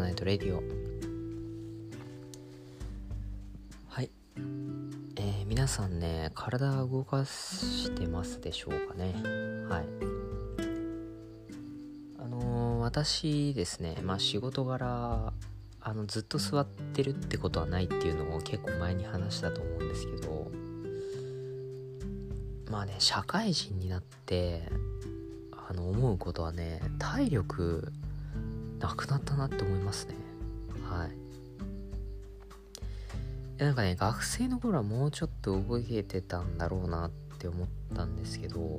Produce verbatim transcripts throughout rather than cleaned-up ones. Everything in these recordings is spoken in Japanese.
ナイトレディオ。はい、えー、皆さんね、体動かしてますでしょうかね。はい。あのー、私ですね、まあ仕事柄あのずっと座ってるってことはないっていうのを結構前に話したと思うんですけど、まあね、社会人になってあの思うことはね、体力なくなったなって思いますね。はい。なんかね、学生の頃はもうちょっと動けてたんだろうなって思ったんですけど、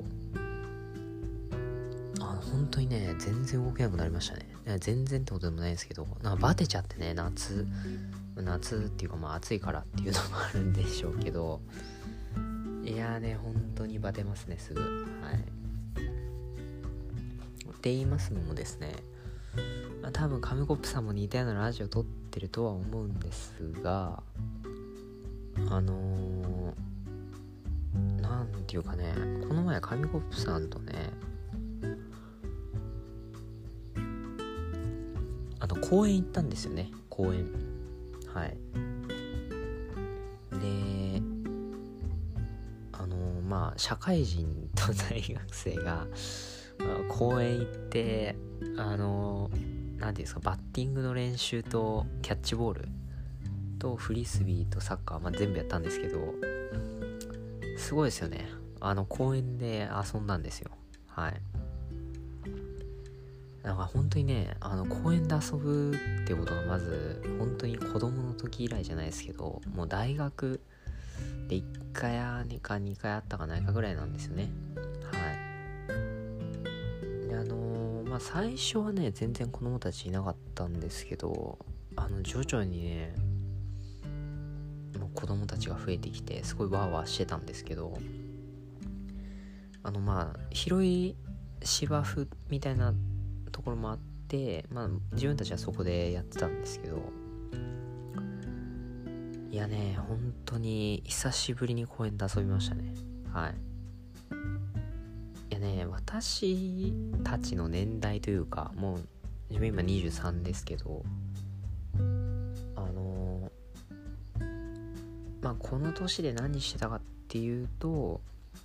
あの本当にね、全然動けなくなりましたね。いや全然ってことでもないですけど、なんかバテちゃってね、夏夏っていうかまあ暑いからっていうのもあるんでしょうけど、いやーね、本当にバテますね、すぐ。はい。って言いますのもですね、まあ、多分紙コップさんも似たようなラジオ撮ってるとは思うんですが、あのー、なんていうかね、この前紙コップさんとね、あの公園行ったんですよね。公園。はい。で、あのー、まあ社会人と大学生が、まあ、公園行ってあのー、なんていうんですか、バッティングの練習とキャッチボールとフリスビーとサッカー、まあ、全部やったんですけど、すごいですよね。あの公園で遊んだんですよ。はい。だから本当にね、あの公園で遊ぶってことがまず本当に子供の時以来じゃないですけど、もう大学でいっかいかにかいあったかないかぐらいなんですよね。はい。で、あのー、まあ最初はね、全然子供たちいなかったんですけど、あの徐々にね、もう子供たちが増えてきて、すごいワーワーしてたんですけど、あのまあ広い芝生みたいなところもあって、まあ自分たちはそこでやってたんですけど、いやね、本当に久しぶりに公園で遊びましたね。はい。いやね、私たちの年代というか、もう自分今にじゅうさんですけど、あのー、まあこの年で何してたかっていうと、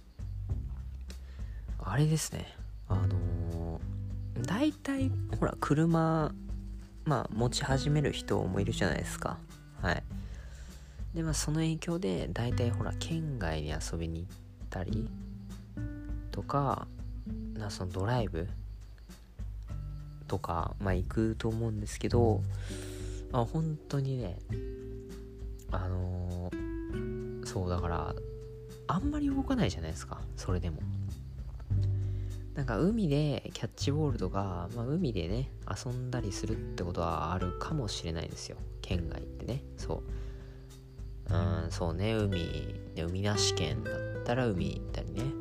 あれですね、あのー、大体ほら車まあ持ち始める人もいるじゃないですか。はい。でまあその影響で大体ほら県外に遊びに行ったりとか、なそのドライブとかまあ行くと思うんですけど、あ本当にね、あのー、そうだからあんまり動かないじゃないですか。それでもなんか海でキャッチボールとか、まあ、海でね遊んだりするってことはあるかもしれないですよ、県外ってね。そううんそうね、海で海なし県だったら海行ったりね、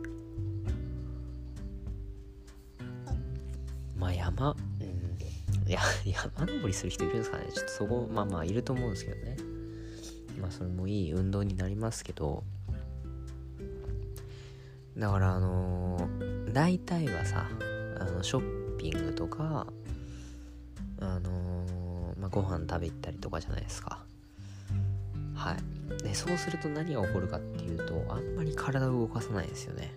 まあ山うんいや山登りする人いるんですかね。ちょっとそこまあまあいると思うんですけどね。まあそれもいい運動になりますけど、だからあのー、大体はさ、あのショッピングとかあのー、まあご飯食べ行ったりとかじゃないですか。はい。でそうすると何が起こるかっていうと、あんまり体を動かさないですよね。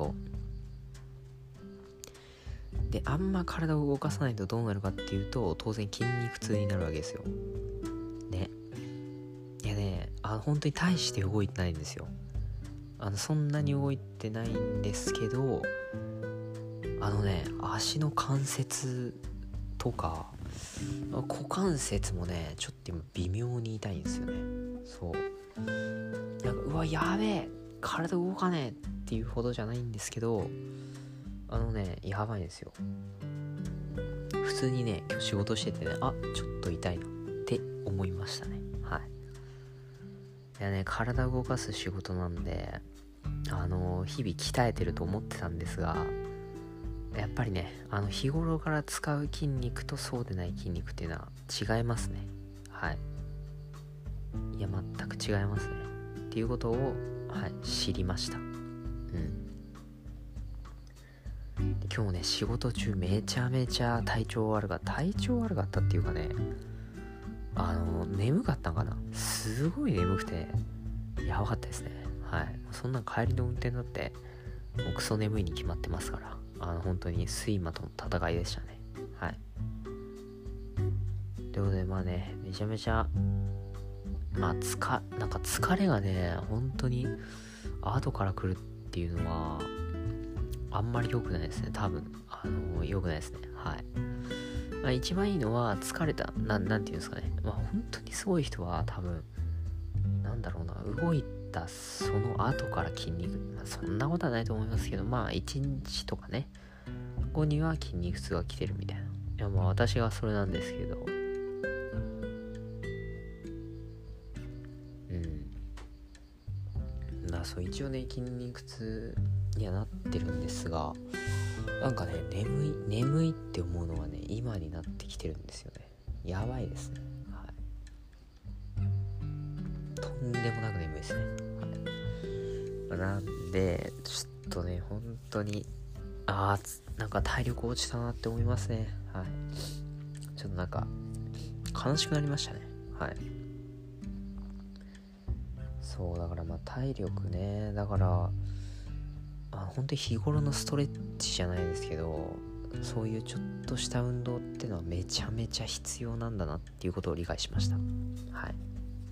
そうで、あんま体を動かさないとどうなるかっていうと、当然筋肉痛になるわけですよね。いやね、あ本当に大して動いてないんですよ。あのそんなに動いてないんですけど、あのね、足の関節とか股関節もね、ちょっと今微妙に痛いんですよね。そうなんかうわやべえ体動かねえっていうほどじゃないんですけど、あのねやばいんですよ。普通にね今日仕事しててね、あちょっと痛いなって思いましたね。はい。いやね、体を動かす仕事なんで、あの日々鍛えてると思ってたんですが、やっぱりね、あの日頃から使う筋肉とそうでない筋肉っていうのは違いますね。はい。いや全く違いますねっていうことを、はい、知りました。うん。今日ね仕事中めちゃめちゃ体調悪かった体調悪かったっていうかね、 あの眠かったんかな、すごい眠くてやばかったですね。はい。そんな帰りの運転だってもうクソ眠いに決まってますから、あの本当に睡魔との戦いでしたね。はい。ということでまあね、めちゃめちゃまあつかなんか疲れがね本当に後から来るっていうのはあんまり良くないですね。多分あの良くないですね。はい。まあ、一番いいのは疲れたななんていうんですかね。まあ本当にすごい人は多分なんだろうな、動いたその後から筋肉、まあ、そんなことはないと思いますけど、まあいちにちとかね後には筋肉痛が来てるみたいな。いやまあ私がそれなんですけど、うんだそう一応ね筋肉痛にはなってるんですが、なんかね眠い眠いって思うのはね今になってきてるんですよね。やばいですね。はい。とんでもなく眠いですね。はい。なんでちょっとね本当にあーなんか体力落ちたなって思いますね。はい。ちょっとなんか悲しくなりましたね。はい。そうだからまあ体力ね、だからあ本当に日頃のストレッチじゃないですけど、そういうちょっとした運動ってのはめちゃめちゃ必要なんだなっていうことを理解しました。はい。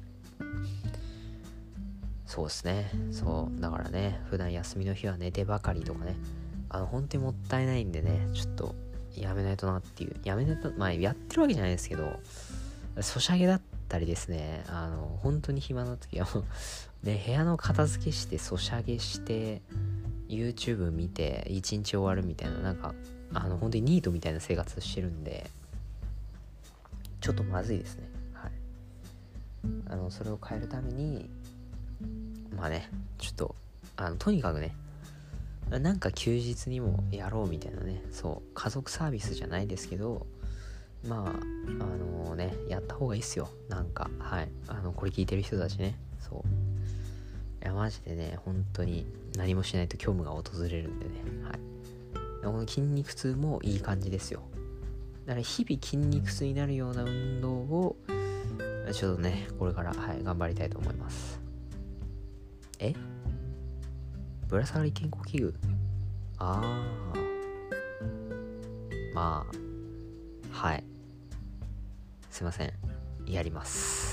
そうですね。そうだからね、普段休みの日は寝てばかりとかね、あの本当にもったいないんでね、ちょっとやめないとなっていう、やめないと、まあやってるわけじゃないですけど、ソシャゲだったりですね、あの本当に暇な時はね、部屋の片付けしてソシャゲしてYouTube 見て一日終わるみたいな、なんかあの本当にニートみたいな生活してるんで、ちょっとまずいですね。はい。あのそれを変えるためにまあね、ちょっとあのとにかくね、なんか休日にもやろうみたいなね、そう家族サービスじゃないですけど、まああのねやった方がいいっすよ。なんかはい、あのこれ聞いてる人たちね、そういやマジでね本当に何もしないと虚無が訪れるんでね。はい。この筋肉痛もいい感じですよ。だから日々筋肉痛になるような運動をちょっとねこれからはい頑張りたいと思います。えぶら下がり健康器具、ああまあはいすいませんやります。